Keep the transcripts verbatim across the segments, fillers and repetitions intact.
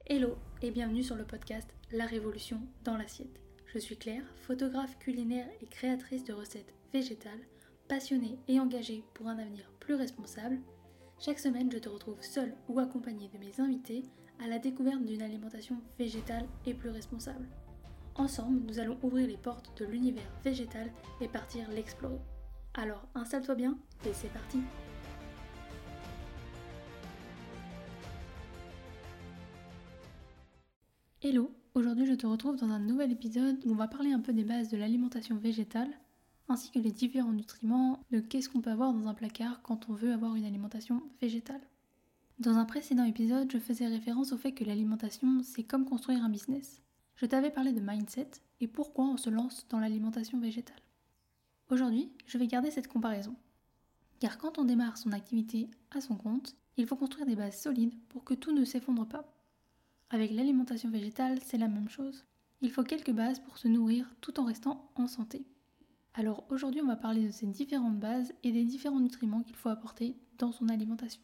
Hello et bienvenue sur le podcast La Révolution dans l'assiette. Je suis Claire, photographe culinaire et créatrice de recettes végétales, passionnée et engagée pour un avenir plus responsable. Chaque semaine, je te retrouve seule ou accompagnée de mes invités à la découverte d'une alimentation végétale et plus responsable. Ensemble, nous allons ouvrir les portes de l'univers végétal et partir l'explorer. Alors installe-toi bien et c'est parti! Hello, aujourd'hui je te retrouve dans un nouvel épisode où on va parler un peu des bases de l'alimentation végétale, ainsi que les différents nutriments de qu'est-ce qu'on peut avoir dans un placard quand on veut avoir une alimentation végétale. Dans un précédent épisode, je faisais référence au fait que l'alimentation, c'est comme construire un business. Je t'avais parlé de mindset et pourquoi on se lance dans l'alimentation végétale. Aujourd'hui, je vais garder cette comparaison. Car quand on démarre son activité à son compte, il faut construire des bases solides pour que tout ne s'effondre pas. Avec l'alimentation végétale, c'est la même chose. Il faut quelques bases pour se nourrir tout en restant en santé. Alors aujourd'hui, on va parler de ces différentes bases et des différents nutriments qu'il faut apporter dans son alimentation.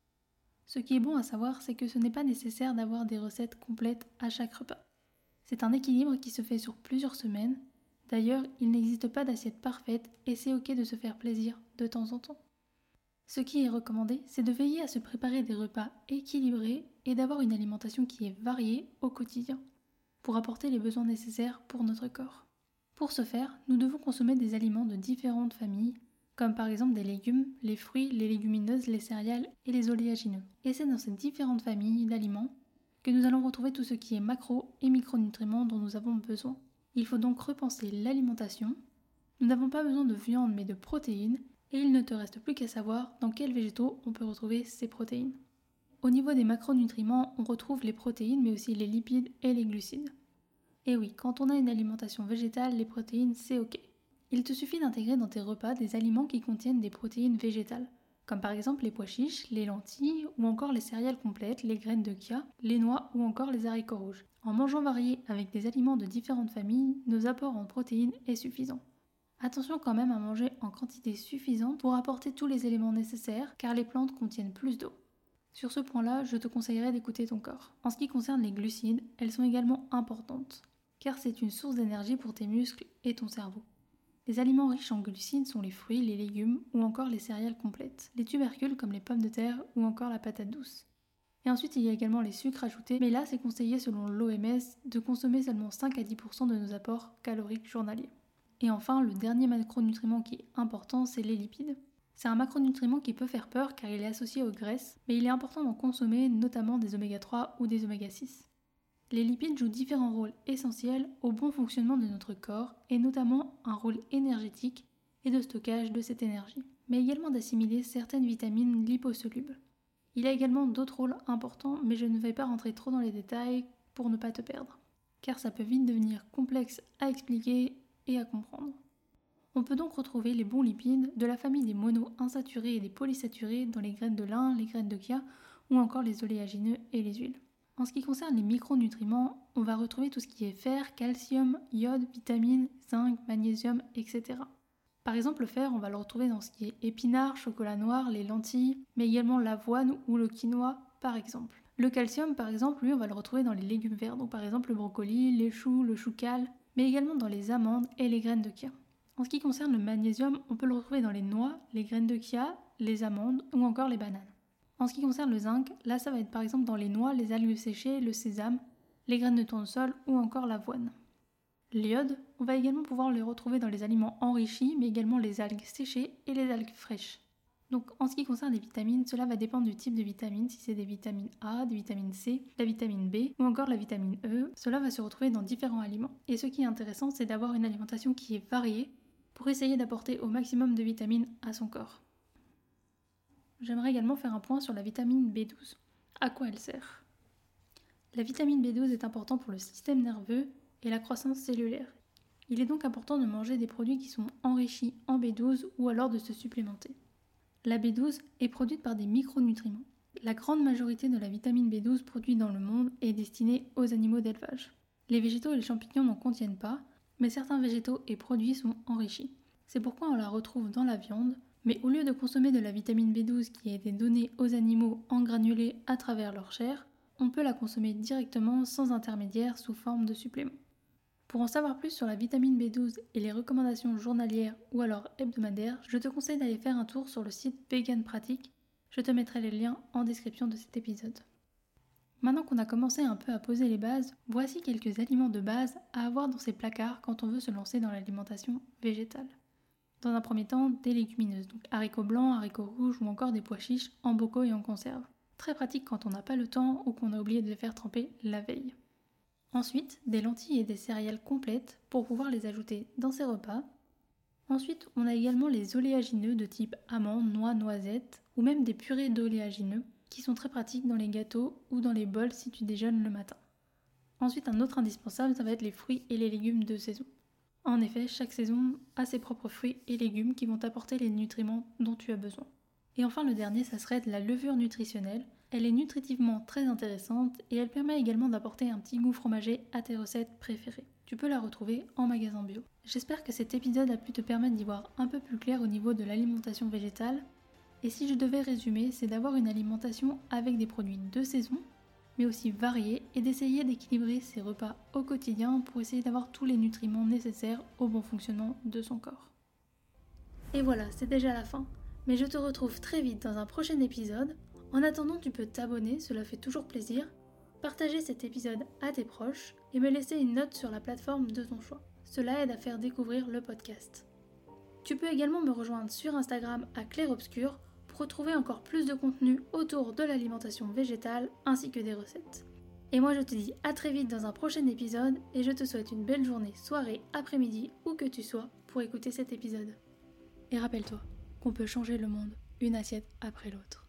Ce qui est bon à savoir, c'est que ce n'est pas nécessaire d'avoir des recettes complètes à chaque repas. C'est un équilibre qui se fait sur plusieurs semaines. D'ailleurs, il n'existe pas d'assiette parfaite et c'est ok de se faire plaisir de temps en temps. Ce qui est recommandé, c'est de veiller à se préparer des repas équilibrés et d'avoir une alimentation qui est variée au quotidien, pour apporter les besoins nécessaires pour notre corps. Pour ce faire, nous devons consommer des aliments de différentes familles, comme par exemple des légumes, les fruits, les légumineuses, les céréales et les oléagineux. Et c'est dans ces différentes familles d'aliments que nous allons retrouver tout ce qui est macro et micronutriments dont nous avons besoin. Il faut donc repenser l'alimentation. Nous n'avons pas besoin de viande mais de protéines, et il ne te reste plus qu'à savoir dans quels végétaux on peut retrouver ces protéines. Au niveau des macronutriments, on retrouve les protéines mais aussi les lipides et les glucides. Et oui, quand on a une alimentation végétale, les protéines c'est ok. Il te suffit d'intégrer dans tes repas des aliments qui contiennent des protéines végétales, comme par exemple les pois chiches, les lentilles ou encore les céréales complètes, les graines de chia, les noix ou encore les haricots rouges. En mangeant varié avec des aliments de différentes familles, nos apports en protéines est suffisant. Attention quand même à manger en quantité suffisante pour apporter tous les éléments nécessaires car les plantes contiennent plus d'eau. Sur ce point-là, je te conseillerais d'écouter ton corps. En ce qui concerne les glucides, elles sont également importantes car c'est une source d'énergie pour tes muscles et ton cerveau. Les aliments riches en glucides sont les fruits, les légumes ou encore les céréales complètes, les tubercules comme les pommes de terre ou encore la patate douce. Et ensuite, il y a également les sucres ajoutés, mais là, c'est conseillé selon l'O M S de consommer seulement cinq à dix pour cent de nos apports caloriques journaliers. Et enfin, le dernier macronutriment qui est important, c'est les lipides. C'est un macronutriment qui peut faire peur car il est associé aux graisses, mais il est important d'en consommer notamment des oméga trois ou des oméga six. Les lipides jouent différents rôles essentiels au bon fonctionnement de notre corps et notamment un rôle énergétique et de stockage de cette énergie, mais également d'assimiler certaines vitamines liposolubles. Il y a également d'autres rôles importants, mais je ne vais pas rentrer trop dans les détails pour ne pas te perdre, car ça peut vite devenir complexe à expliquer et à comprendre. On peut donc retrouver les bons lipides de la famille des mono-insaturés et des polysaturés dans les graines de lin, les graines de chia ou encore les oléagineux et les huiles. En ce qui concerne les micronutriments, on va retrouver tout ce qui est fer, calcium, iode, vitamines, zinc, magnésium, et cetera. Par exemple, le fer, on va le retrouver dans ce qui est épinards, chocolat noir, les lentilles, mais également l'avoine ou le quinoa, par exemple. Le calcium, par exemple, lui, on va le retrouver dans les légumes verts, donc par exemple le brocoli, les choux, le chou cal, mais également dans les amandes et les graines de chia. En ce qui concerne le magnésium, on peut le retrouver dans les noix, les graines de chia, les amandes ou encore les bananes. En ce qui concerne le zinc, là ça va être par exemple dans les noix, les algues séchées, le sésame, les graines de tournesol ou encore l'avoine. L'iode, on va également pouvoir le retrouver dans les aliments enrichis, mais également les algues séchées et les algues fraîches. Donc en ce qui concerne les vitamines, cela va dépendre du type de vitamine, si c'est des vitamines A, des vitamines C, la vitamine B ou encore la vitamine E. Cela va se retrouver dans différents aliments. Et ce qui est intéressant, c'est d'avoir une alimentation qui est variée pour essayer d'apporter au maximum de vitamines à son corps. J'aimerais également faire un point sur la vitamine B douze. À quoi elle sert ? La vitamine B douze est importante pour le système nerveux et la croissance cellulaire. Il est donc important de manger des produits qui sont enrichis en B douze ou alors de se supplémenter. La B douze est produite par des micronutriments. La grande majorité de la vitamine B douze produite dans le monde est destinée aux animaux d'élevage. Les végétaux et les champignons n'en contiennent pas, mais certains végétaux et produits sont enrichis. C'est pourquoi on la retrouve dans la viande, mais au lieu de consommer de la vitamine B douze qui a été donnée aux animaux en granulés à travers leur chair, on peut la consommer directement sans intermédiaire sous forme de supplément. Pour en savoir plus sur la vitamine B douze et les recommandations journalières ou alors hebdomadaires, je te conseille d'aller faire un tour sur le site Vegan Pratique. Je te mettrai les liens en description de cet épisode. Maintenant qu'on a commencé un peu à poser les bases, voici quelques aliments de base à avoir dans ses placards quand on veut se lancer dans l'alimentation végétale. Dans un premier temps, des légumineuses, donc haricots blancs, haricots rouges ou encore des pois chiches en bocaux et en conserve. Très pratique quand on n'a pas le temps ou qu'on a oublié de les faire tremper la veille. Ensuite, des lentilles et des céréales complètes pour pouvoir les ajouter dans ses repas. Ensuite, on a également les oléagineux de type amandes, noix, noisettes ou même des purées d'oléagineux qui sont très pratiques dans les gâteaux ou dans les bols si tu déjeunes le matin. Ensuite, un autre indispensable, ça va être les fruits et les légumes de saison. En effet, chaque saison a ses propres fruits et légumes qui vont t'apporter les nutriments dont tu as besoin. Et enfin, le dernier, ça serait de la levure nutritionnelle. Elle est nutritivement très intéressante et elle permet également d'apporter un petit goût fromager à tes recettes préférées. Tu peux la retrouver en magasin bio. J'espère que cet épisode a pu te permettre d'y voir un peu plus clair au niveau de l'alimentation végétale. Et si je devais résumer, c'est d'avoir une alimentation avec des produits de saison, mais aussi variés, et d'essayer d'équilibrer ses repas au quotidien pour essayer d'avoir tous les nutriments nécessaires au bon fonctionnement de son corps. Et voilà, c'est déjà la fin. Mais je te retrouve très vite dans un prochain épisode. En attendant, tu peux t'abonner, cela fait toujours plaisir, partager cet épisode à tes proches et me laisser une note sur la plateforme de ton choix. Cela aide à faire découvrir le podcast. Tu peux également me rejoindre sur Instagram à Clairobscur pour retrouver encore plus de contenu autour de l'alimentation végétale ainsi que des recettes. Et moi je te dis à très vite dans un prochain épisode et je te souhaite une belle journée, soirée, après-midi, où que tu sois pour écouter cet épisode. Et rappelle-toi qu'on peut changer le monde une assiette après l'autre.